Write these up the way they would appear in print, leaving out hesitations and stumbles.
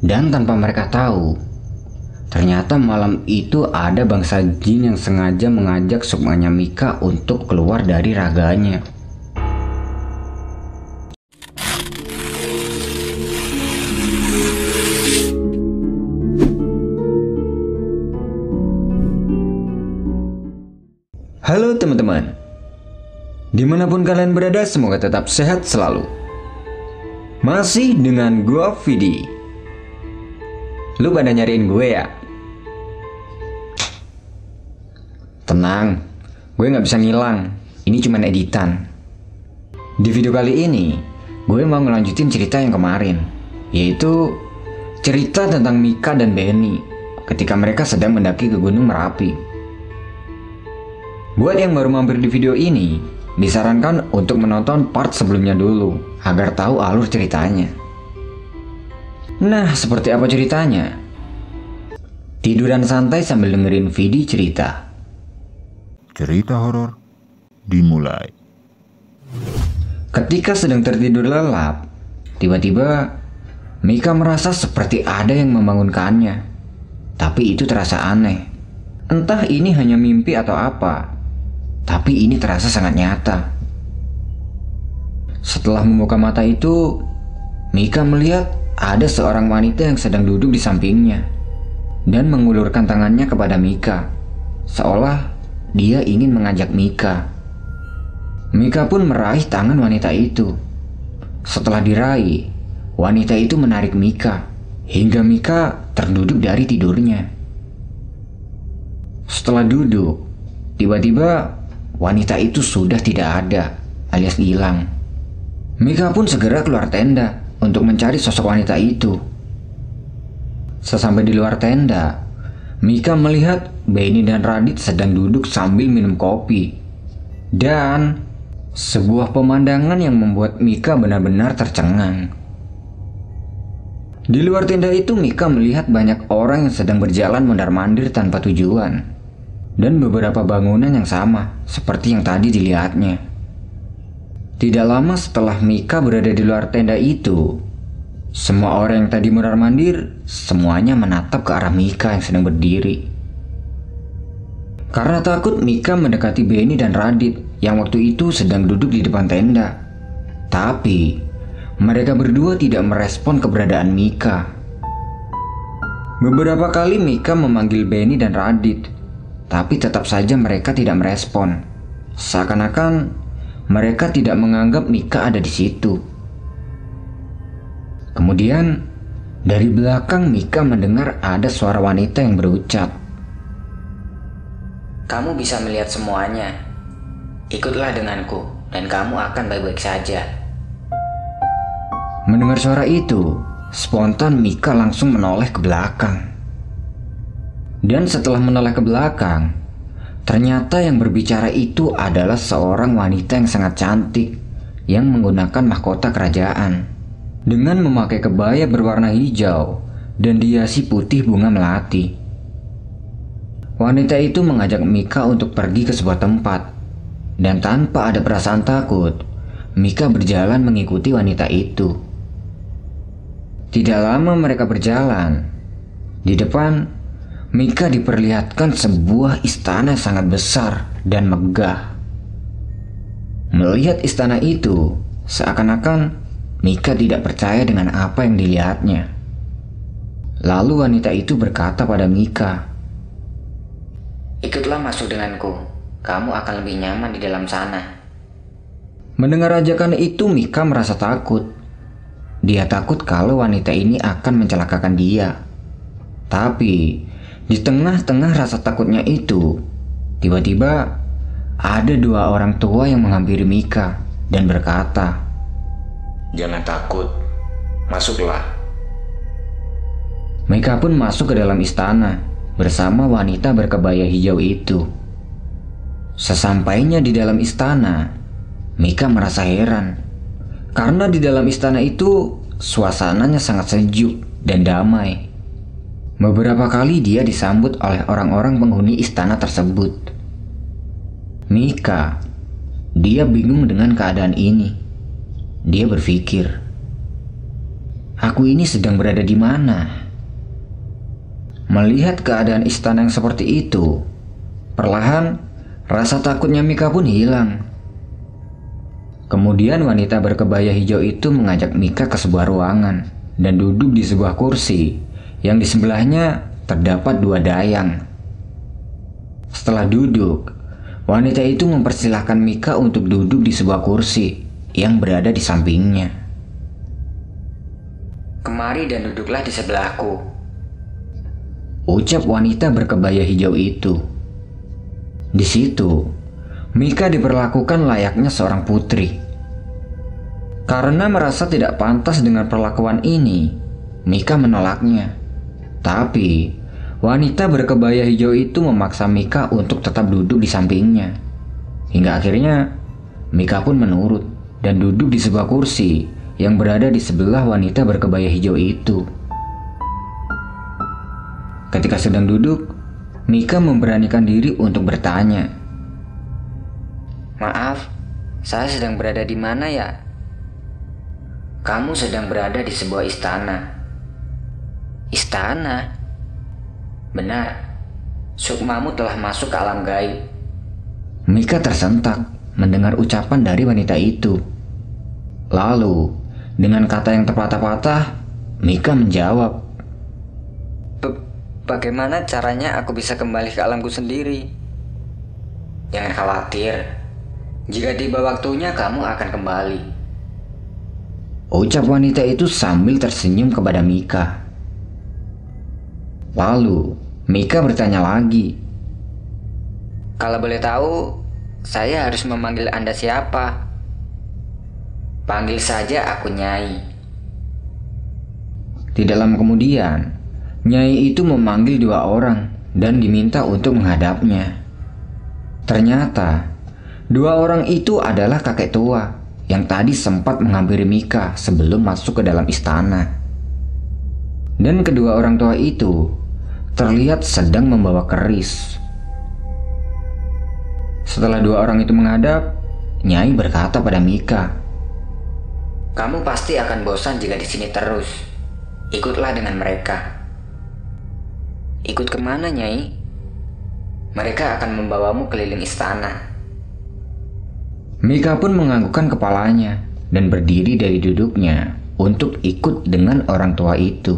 Dan tanpa mereka tahu, ternyata malam itu ada bangsa jin yang sengaja mengajak sukmanya Mika untuk keluar dari raganya. Halo teman-teman, dimanapun kalian berada semoga tetap sehat selalu. Masih dengan gue Vidi. Lu pada nyariin gue ya? Tenang, gue gak bisa ngilang, ini cuma editan. Di video kali ini, gue mau ngelanjutin cerita yang kemarin, yaitu cerita tentang Mika dan Benny ketika mereka sedang mendaki ke Gunung Merapi. Buat yang baru mampir di video ini, disarankan untuk menonton part sebelumnya dulu, agar tahu alur ceritanya. Nah, seperti apa ceritanya? Tiduran santai sambil dengerin Vidi cerita. Cerita horor dimulai. Ketika sedang tertidur lelap, tiba-tiba Mika merasa seperti ada yang membangunkannya. Tapi itu terasa aneh. Entah ini hanya mimpi atau apa, tapi ini terasa sangat nyata. Setelah membuka mata itu, Mika melihat ada seorang wanita yang sedang duduk di sampingnya dan mengulurkan tangannya kepada Mika, seolah dia ingin mengajak Mika. Mika pun meraih tangan wanita itu. Setelah diraih, wanita itu menarik Mika hingga Mika terduduk dari tidurnya. Setelah duduk, tiba-tiba wanita itu sudah tidak ada, alias hilang. Mika pun segera keluar tenda untuk mencari sosok wanita itu. Sesampai di luar tenda, Mika melihat Benny dan Radit sedang duduk sambil minum kopi. Dan sebuah pemandangan yang membuat Mika benar-benar tercengang. Di luar tenda itu Mika melihat banyak orang yang sedang berjalan mondar-mandir tanpa tujuan. Dan beberapa bangunan yang sama seperti yang tadi dilihatnya. Tidak lama setelah Mika berada di luar tenda itu, semua orang yang tadi mondar-mandir semuanya menatap ke arah Mika yang sedang berdiri. Karena takut, Mika mendekati Benny dan Radit yang waktu itu sedang duduk di depan tenda. Tapi mereka berdua tidak merespon keberadaan Mika. Beberapa kali Mika memanggil Benny dan Radit, tapi tetap saja mereka tidak merespon. Seakan-akan mereka tidak menganggap Mika ada di situ. Kemudian dari belakang Mika mendengar ada suara wanita yang berucap, "Kamu bisa melihat semuanya. Ikutlah denganku dan kamu akan baik-baik saja." Mendengar suara itu, spontan Mika langsung menoleh ke belakang. Dan setelah menoleh ke belakang, ternyata yang berbicara itu adalah seorang wanita yang sangat cantik yang menggunakan mahkota kerajaan dengan memakai kebaya berwarna hijau dan dihiasi putih bunga melati. Wanita itu mengajak Mika untuk pergi ke sebuah tempat, dan tanpa ada perasaan takut, Mika berjalan mengikuti wanita itu. Tidak lama mereka berjalan. Di depan, Mika diperlihatkan sebuah istana yang sangat besar dan megah. Melihat istana itu, seakan-akan Mika tidak percaya dengan apa yang dilihatnya. Lalu wanita itu berkata pada Mika, "Ikutlah masuk denganku, kamu akan lebih nyaman di dalam sana." Mendengar ajakan itu, Mika merasa takut. Dia takut kalau wanita ini akan mencelakakan dia. Tapi di tengah-tengah rasa takutnya itu, tiba-tiba ada dua orang tua yang menghampiri Mika dan berkata, "Jangan takut, masuklah." Mika pun masuk ke dalam istana bersama wanita berkebaya hijau itu. Sesampainya di dalam istana, Mika merasa heran karena di dalam istana itu suasananya sangat sejuk dan damai. Beberapa kali dia disambut oleh orang-orang penghuni istana tersebut. Mika, dia bingung dengan keadaan ini. Dia berpikir, Aku ini sedang berada di mana? Melihat keadaan istana yang seperti itu, perlahan rasa takutnya Mika pun hilang. Kemudian wanita berkebaya hijau itu mengajak Mika ke sebuah ruangan dan duduk di sebuah kursi yang di sebelahnya terdapat 2 dayang. Setelah duduk, wanita itu mempersilahkan Mika untuk duduk di sebuah kursi yang berada di sampingnya. "Kemari dan duduklah di sebelahku," ucap wanita berkebaya hijau itu. Di situ, Mika diperlakukan layaknya seorang putri. Karena merasa tidak pantas dengan perlakuan ini, Mika menolaknya. Tapi, wanita berkebaya hijau itu memaksa Mika untuk tetap duduk di sampingnya. Hingga akhirnya, Mika pun menurut dan duduk di sebuah kursi yang berada di sebelah wanita berkebaya hijau itu. Ketika sedang duduk, Mika memberanikan diri untuk bertanya. "Maaf, saya sedang berada di mana ya?" "Kamu sedang berada di sebuah istana." "Istana?" "Benar, Sukmamu telah masuk ke alam gaib." Mika tersentak mendengar ucapan dari wanita itu. Lalu, dengan kata yang terpatah-patah, Mika menjawab, "Bagaimana caranya aku bisa kembali ke alamku sendiri?" "Jangan khawatir, jika tiba waktunya kamu akan kembali," ucap wanita itu sambil tersenyum kepada Mika. Lalu, Mika bertanya lagi, "Kalau boleh tahu, saya harus memanggil Anda siapa?" "Panggil saja aku Nyai." Tidak lama kemudian, Nyai itu memanggil 2 orang dan diminta untuk menghadapnya. Ternyata, 2 orang itu adalah kakek tua yang tadi sempat menghampiri Mika sebelum masuk ke dalam istana. Dan kedua orang tua itu terlihat sedang membawa keris. Setelah 2 orang itu menghadap, Nyai berkata pada Mika, "Kamu pasti akan bosan jika di sini terus. Ikutlah dengan mereka." "Ikut kemana, Nyai?" "Mereka akan membawamu keliling istana." Mika pun menganggukkan kepalanya dan berdiri dari duduknya untuk ikut dengan orang tua itu.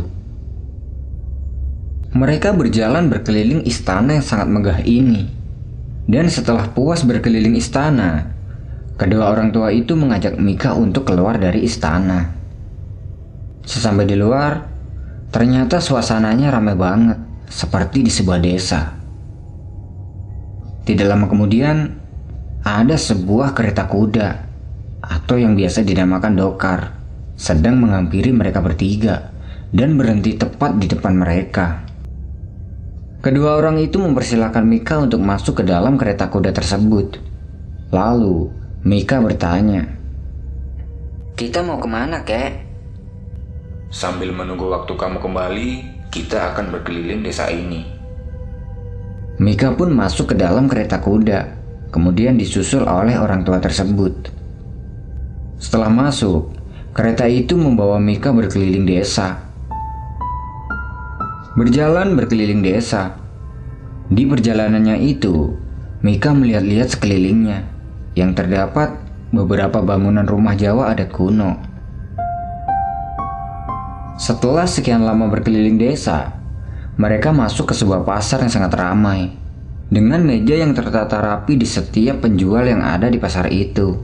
Mereka berjalan berkeliling istana yang sangat megah ini. Dan setelah puas berkeliling istana, kedua orang tua itu mengajak Mika untuk keluar dari istana. Sesampai di luar, ternyata suasananya ramai banget, seperti di sebuah desa. Tidak lama kemudian, ada sebuah kereta kuda, atau yang biasa dinamakan dokar, sedang menghampiri mereka bertiga dan berhenti tepat di depan mereka. Kedua orang itu mempersilahkan Mika untuk masuk ke dalam kereta kuda tersebut. Lalu, Mika bertanya, "Kita mau kemana, kek?" Sambil menunggu waktu kamu kembali, kita akan berkeliling desa ini. Mika pun masuk ke dalam kereta kuda, kemudian disusul oleh orang tua tersebut. Setelah masuk, kereta itu membawa Mika berkeliling desa. Berjalan berkeliling desa. Di perjalanannya itu, Mika melihat-lihat sekelilingnya, yang terdapat beberapa bangunan rumah Jawa adat kuno. Setelah sekian lama berkeliling desa, mereka masuk ke sebuah pasar yang sangat ramai, dengan meja yang tertata rapi di setiap penjual yang ada di pasar itu.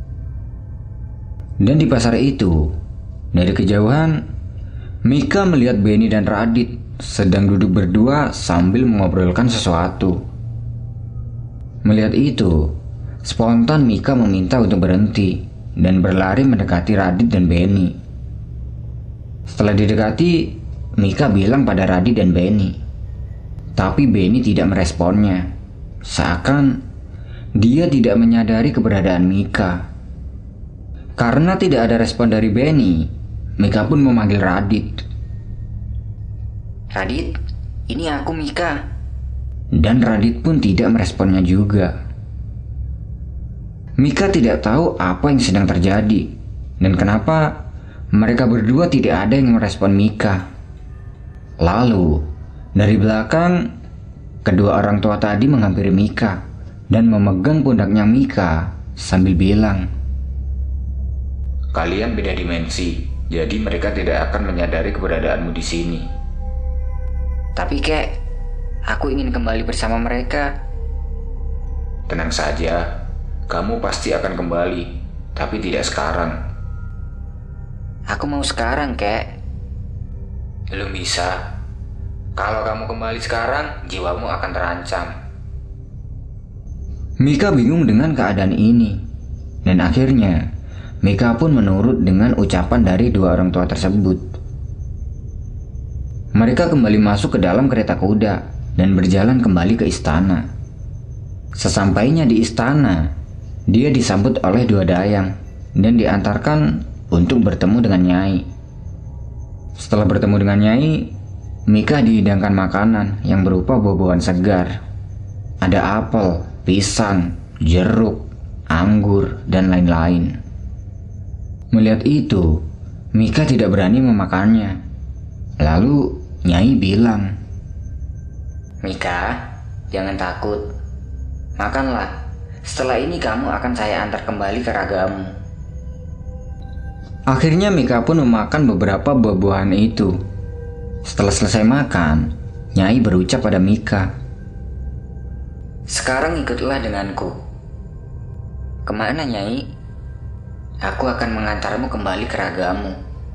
Dan di pasar itu, dari kejauhan, Mika melihat Benny dan Radit sedang duduk berdua sambil mengobrolkan sesuatu. Melihat itu, spontan Mika meminta untuk berhenti dan berlari mendekati Radit dan Benny. Setelah didekati, Mika bilang pada Radit dan Benny. Tapi Benny tidak meresponnya, seakan dia tidak menyadari keberadaan Mika. Karena tidak ada respon dari Benny, Mika pun memanggil Radit. "Radit, ini aku Mika." Dan Radit pun tidak meresponnya juga. Mika tidak tahu apa yang sedang terjadi dan kenapa mereka berdua tidak ada yang merespon Mika. Lalu, dari belakang, kedua orang tua tadi menghampiri Mika dan memegang pundaknya Mika sambil bilang, Kalian beda dimensi, jadi mereka tidak akan menyadari keberadaanmu di sini. "Tapi kek, aku ingin kembali bersama mereka." Tenang saja, kamu pasti akan kembali, tapi tidak sekarang. "Aku mau sekarang, kek." Belum bisa. Kalau kamu kembali sekarang, jiwamu akan terancam. Mika bingung dengan keadaan ini, dan akhirnya Mika pun menurut dengan ucapan dari dua orang tua tersebut. Mereka kembali masuk ke dalam kereta kuda dan berjalan kembali ke istana. Sesampainya di istana, dia disambut oleh dua dayang dan diantarkan untuk bertemu dengan Nyai. Setelah bertemu dengan Nyai, Mika dihidangkan makanan yang berupa buah-buahan segar. Ada apel, pisang, jeruk, anggur, dan lain-lain. Melihat itu, Mika tidak berani memakannya. Lalu Nyai bilang, "Mika, jangan takut. Makanlah. Setelah ini kamu akan saya antar kembali ke ragamu." Akhirnya Mika pun memakan beberapa buah-buahan itu. Setelah selesai makan, Nyai berucap pada Mika, "Sekarang ikutlah denganku." "Kemana, Nyai?" "Aku akan mengantarmu kembali ke ragamu."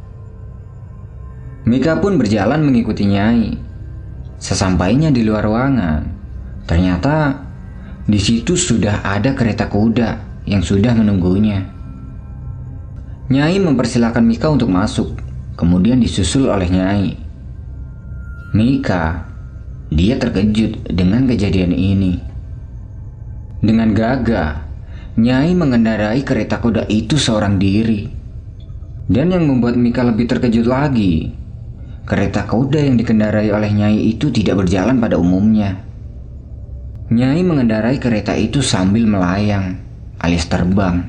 Mika pun berjalan mengikuti Nyai. Sesampainya di luar ruangan, ternyata di situ sudah ada kereta kuda yang sudah menunggunya. Nyai mempersilahkan Mika untuk masuk, kemudian disusul oleh Nyai. Mika, dia terkejut dengan kejadian ini. Dengan gagah, Nyai mengendarai kereta kuda itu seorang diri. Dan yang membuat Mika lebih terkejut lagi, kereta kuda yang dikendarai oleh Nyai itu tidak berjalan pada umumnya. Nyai mengendarai kereta itu sambil melayang, alias terbang.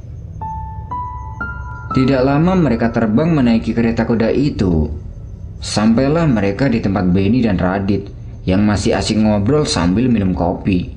Tidak lama mereka terbang menaiki kereta kuda itu. Sampailah mereka di tempat Benny dan Radit yang masih asik ngobrol sambil minum kopi.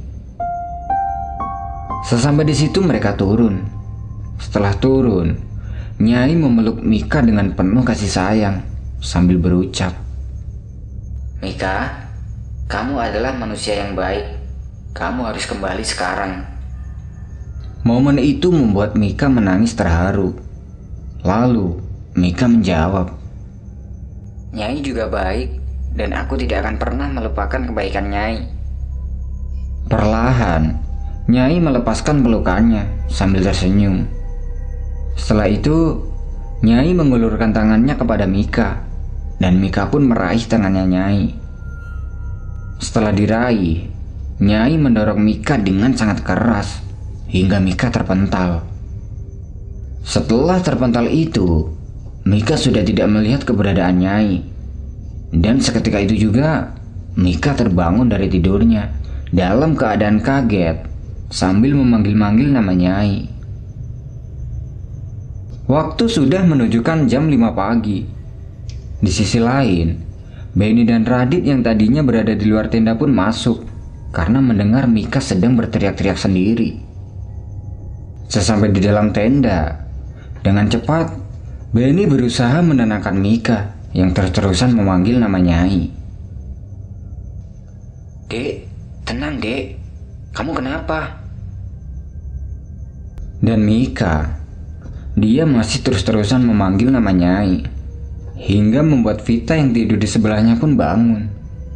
Sesampai di situ mereka turun. Setelah turun, Nyai memeluk Mika dengan penuh kasih sayang sambil berucap, "Mika, kamu adalah manusia yang baik. Kamu harus kembali sekarang." Momen itu membuat Mika menangis terharu. Lalu Mika menjawab, "Nyai juga baik dan aku tidak akan pernah melupakan kebaikan Nyai." Perlahan, Nyai melepaskan pelukannya sambil tersenyum. Setelah itu, Nyai mengulurkan tangannya kepada Mika, dan Mika pun meraih tangannya Nyai. Setelah diraih, Nyai mendorong Mika dengan sangat keras, hingga Mika terpental. Setelah terpental itu, Mika sudah tidak melihat keberadaan Nyai. Dan seketika itu juga, Mika terbangun dari tidurnya dalam keadaan kaget sambil memanggil-manggil nama Nyai. Waktu sudah menunjukkan jam 5 pagi. Di sisi lain, Benny dan Radit yang tadinya berada di luar tenda pun masuk karena mendengar Mika sedang berteriak-teriak sendiri. Sesampai di dalam tenda, dengan cepat Benny berusaha menenangkan Mika yang terus-terusan memanggil nama Nyai. "Dek, tenang dek. Kamu kenapa?" Dan Mika, dia masih terus-terusan memanggil nama Nyai, hingga membuat Vita yang tidur di sebelahnya pun bangun.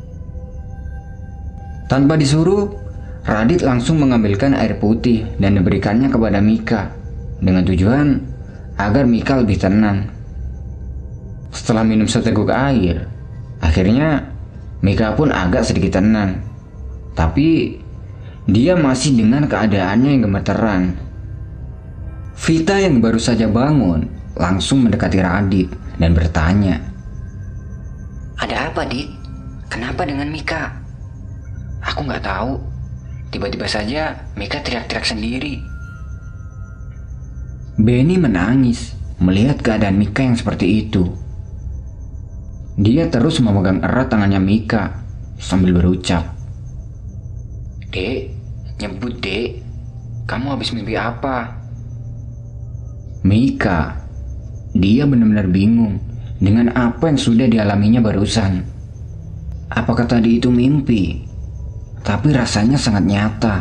Tanpa disuruh, Radit langsung mengambilkan air putih dan diberikannya kepada Mika, dengan tujuan agar Mika lebih tenang. Setelah minum seteguk air, akhirnya Mika pun agak sedikit tenang. Tapi dia masih dengan keadaannya yang gemeteran. Vita yang baru saja bangun langsung mendekati Radit dan bertanya, "Ada apa, Dit? Kenapa dengan Mika?" "Aku nggak tahu. Tiba-tiba saja Mika teriak-teriak sendiri." Benny menangis, melihat keadaan Mika yang seperti itu. Dia terus memegang erat tangannya Mika sambil berucap, "Dek, nyebut dek, kamu habis mimpi apa?" Mika, dia benar-benar bingung dengan apa yang sudah dialaminya barusan. Apakah tadi itu mimpi? Tapi rasanya sangat nyata.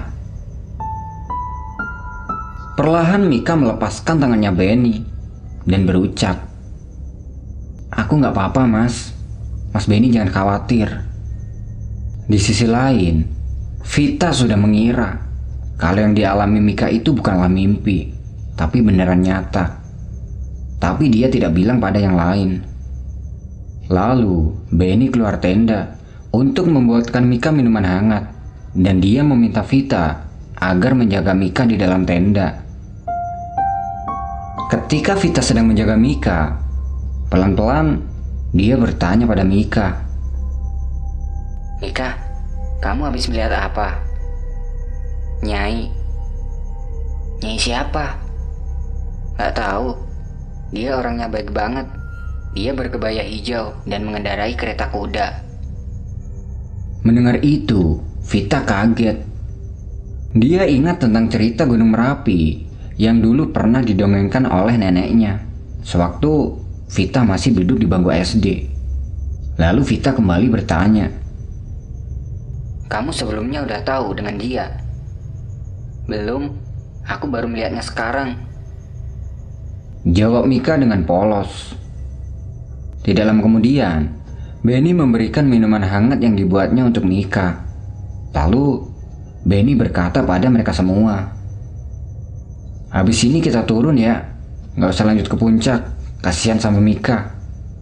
Perlahan Mika melepaskan tangannya Benny dan berucap, "Aku nggak apa-apa, Mas. Mas Benny jangan khawatir." Di sisi lain, Vita sudah mengira kalau yang dialami Mika itu bukanlah mimpi, tapi beneran nyata. Tapi dia tidak bilang pada yang lain. Lalu, Benny keluar tenda untuk membuatkan Mika minuman hangat, dan dia meminta Vita agar menjaga Mika di dalam tenda. Ketika Vita sedang menjaga Mika, pelan-pelan dia bertanya pada Mika, "Mika, kamu habis melihat apa?" "Nyai." "Nyai siapa?" "Gak tahu. Dia orangnya baik banget. Dia berkebaya hijau dan mengendarai kereta kuda." Mendengar itu, Vita kaget. Dia ingat tentang cerita Gunung Merapi yang dulu pernah didongengkan oleh neneknya sewaktu Vita masih duduk di bangku SD. Lalu Vita kembali bertanya, "Kamu sebelumnya udah tahu dengan dia?" "Belum, aku baru melihatnya sekarang," jawab Mika dengan polos. Tidak lama kemudian, Benny memberikan minuman hangat yang dibuatnya untuk Mika. Lalu, Benny berkata pada mereka semua, "Habis ini kita turun ya, nggak usah lanjut ke puncak, kasihan sama Mika."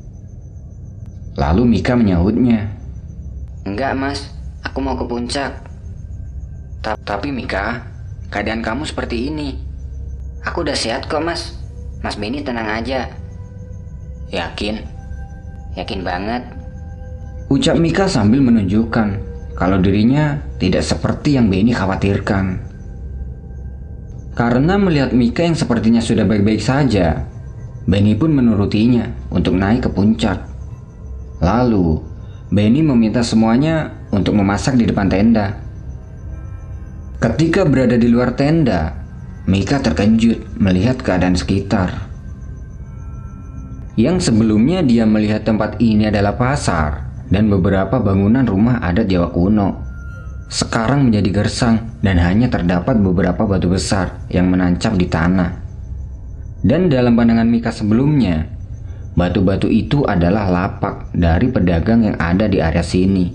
Lalu Mika menyahutnya, "Enggak Mas, aku mau ke puncak." Tapi Mika, keadaan kamu seperti ini." "Aku udah sehat kok Mas, Mas Benny tenang aja." "Yakin?" "Yakin banget," ucap Mika sambil menunjukkan kalau dirinya tidak seperti yang Benny khawatirkan. Karena melihat Mika yang sepertinya sudah baik-baik saja, Benny pun menurutinya untuk naik ke puncak. Lalu, Benny meminta semuanya untuk memasak di depan tenda. Ketika berada di luar tenda, Mika terkejut melihat keadaan sekitar. Yang sebelumnya dia melihat tempat ini adalah pasar dan beberapa bangunan rumah adat Jawa kuno, sekarang menjadi gersang dan hanya terdapat beberapa batu besar yang menancap di tanah. Dan dalam pandangan Mika sebelumnya, batu-batu itu adalah lapak dari pedagang yang ada di area sini.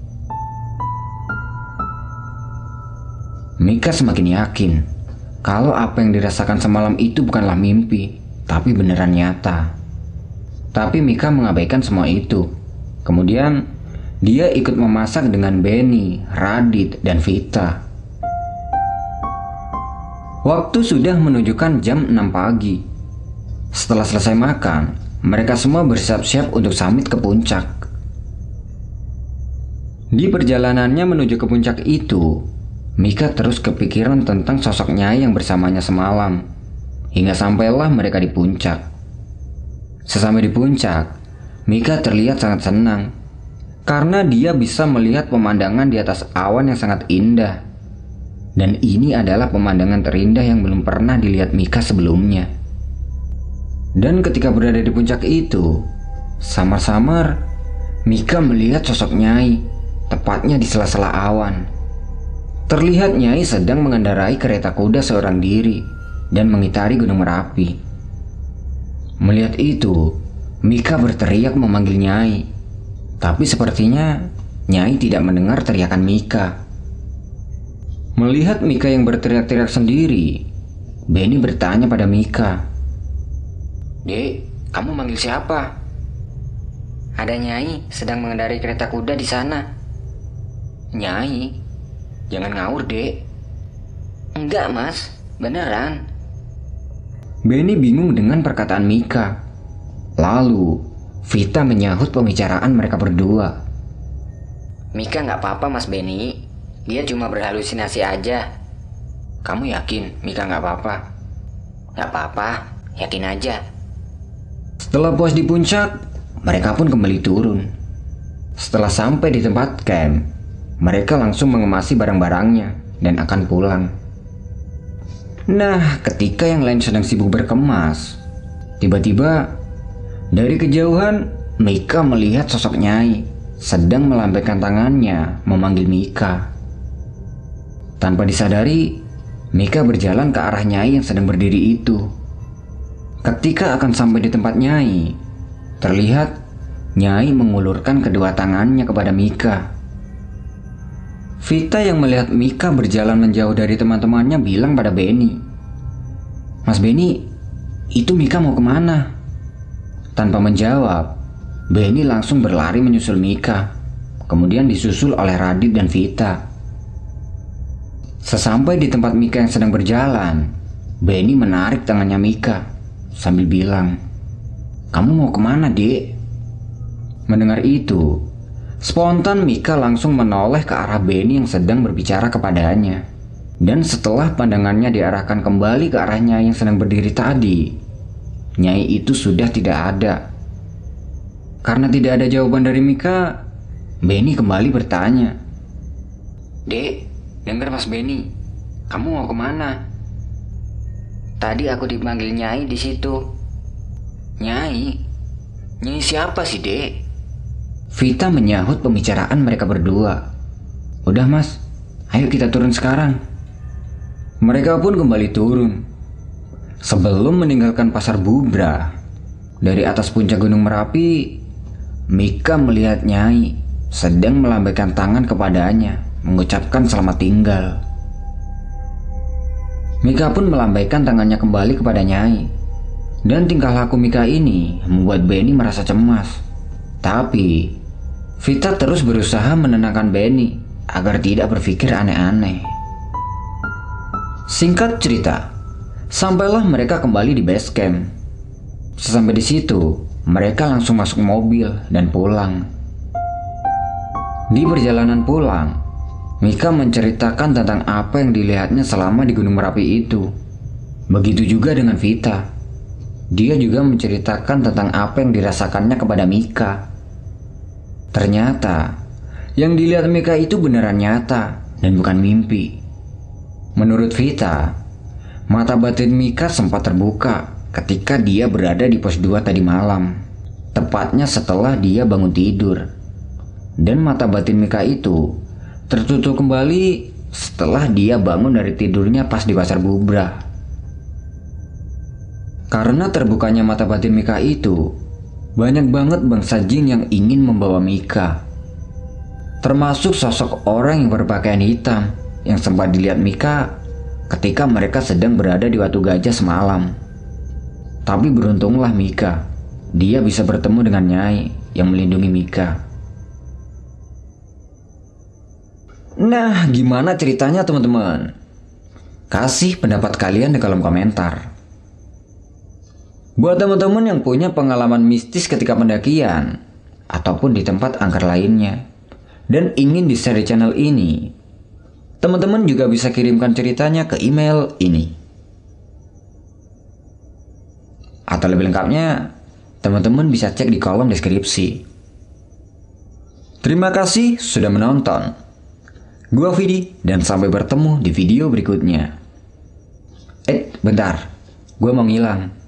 Mika semakin yakin kalau apa yang dirasakan semalam itu bukanlah mimpi, tapi beneran nyata. Tapi Mika mengabaikan semua itu. Kemudian, dia ikut memasak dengan Benny, Radit, dan Vita. Waktu sudah menunjukkan jam 6 pagi. Setelah selesai makan, mereka semua bersiap-siap untuk summit ke puncak. Di perjalanannya menuju ke puncak itu, Mika terus kepikiran tentang sosok Nyai yang bersamanya semalam, hingga sampailah mereka di puncak. Sesampai di puncak, Mika terlihat sangat senang karena dia bisa melihat pemandangan di atas awan yang sangat indah. Dan ini adalah pemandangan terindah yang belum pernah dilihat Mika sebelumnya. Dan ketika berada di puncak itu, samar-samar Mika melihat sosok Nyai, tepatnya di sela-sela awan. Terlihat Nyai sedang mengendarai kereta kuda seorang diri dan mengitari Gunung Merapi. Melihat itu, Mika berteriak memanggil Nyai. Tapi sepertinya Nyai tidak mendengar teriakan Mika. Melihat Mika yang berteriak-teriak sendiri, Benny bertanya pada Mika, "Dek, kamu manggil siapa?" "Ada Nyai sedang mengendarai kereta kuda di sana." "Nyai? Jangan ngawur, Dek." "Enggak, Mas. Beneran." Benny bingung dengan perkataan Mika. Lalu, Vita menyahut pembicaraan mereka berdua. "Mika nggak apa-apa, Mas Benny. Dia cuma berhalusinasi aja." "Kamu yakin Mika nggak apa-apa?" "Nggak apa-apa, yakin aja." Setelah puas di puncak, mereka pun kembali turun. Setelah sampai di tempat camp, mereka langsung mengemasi barang-barangnya dan akan pulang. Nah, ketika yang lain sedang sibuk berkemas, tiba-tiba dari kejauhan Mika melihat sosok Nyai sedang melambaikan tangannya memanggil Mika. Tanpa disadari, Mika berjalan ke arah Nyai yang sedang berdiri itu. Ketika akan sampai di tempat Nyai, terlihat Nyai mengulurkan kedua tangannya kepada Mika. Vita yang melihat Mika berjalan menjauh dari teman-temannya bilang pada Benny, "Mas Benny, itu Mika mau kemana?" Tanpa menjawab, Benny langsung berlari menyusul Mika, kemudian disusul oleh Radit dan Vita. Sesampai di tempat Mika yang sedang berjalan, Benny menarik tangannya Mika sambil bilang, "Kamu mau kemana, Dek?" Mendengar itu, spontan Mika langsung menoleh ke arah Benny yang sedang berbicara kepadanya. Dan setelah pandangannya diarahkan kembali ke arah Nyai yang sedang berdiri tadi, Nyai itu sudah tidak ada. Karena tidak ada jawaban dari Mika, Benny kembali bertanya, "Dek, dengar Mas Benny, kamu mau kemana?" "Tadi aku dipanggil Nyai di situ." "Nyai? Nyai siapa sih, Dek?" Vita menyahut pembicaraan mereka berdua. "Udah Mas, ayo kita turun sekarang." Mereka pun kembali turun. Sebelum meninggalkan Pasar Bubra, dari atas puncak Gunung Merapi, Mika melihat Nyai sedang melambaikan tangan kepadanya, mengucapkan selamat tinggal. Mika pun melambaikan tangannya kembali kepada Nyai. Dan tingkah laku Mika ini membuat Benny merasa cemas. Tapi Vita terus berusaha menenangkan Benny agar tidak berpikir aneh-aneh. Singkat cerita, sampailah mereka kembali di base camp. Sesampai di situ, mereka langsung masuk mobil dan pulang. Di perjalanan pulang, Mika menceritakan tentang apa yang dilihatnya selama di Gunung Merapi itu. Begitu juga dengan Vita. Dia juga menceritakan tentang apa yang dirasakannya kepada Mika. Ternyata, yang dilihat Mika itu beneran nyata dan bukan mimpi. Menurut Vita, mata batin Mika sempat terbuka ketika dia berada di pos 2 tadi malam. Tepatnya setelah dia bangun tidur. Dan mata batin Mika itu tertutup kembali setelah dia bangun dari tidurnya pas di Pasar Bubra. Karena terbukanya mata batin Mika itu, banyak banget bangsa jin yang ingin membawa Mika. Termasuk sosok orang yang berpakaian hitam yang sempat dilihat Mika ketika mereka sedang berada di Watu Gajah semalam. Tapi beruntunglah Mika, dia bisa bertemu dengan Nyai yang melindungi Mika. Nah, gimana ceritanya teman-teman? Kasih pendapat kalian di kolom komentar. Buat teman-teman yang punya pengalaman mistis ketika pendakian ataupun di tempat angker lainnya dan ingin di-share di channel ini, teman-teman juga bisa kirimkan ceritanya ke email ini. Atau lebih lengkapnya, teman-teman bisa cek di kolom deskripsi. Terima kasih sudah menonton. Gua Vidi dan sampai bertemu di video berikutnya. Bentar, gua mau ngilang.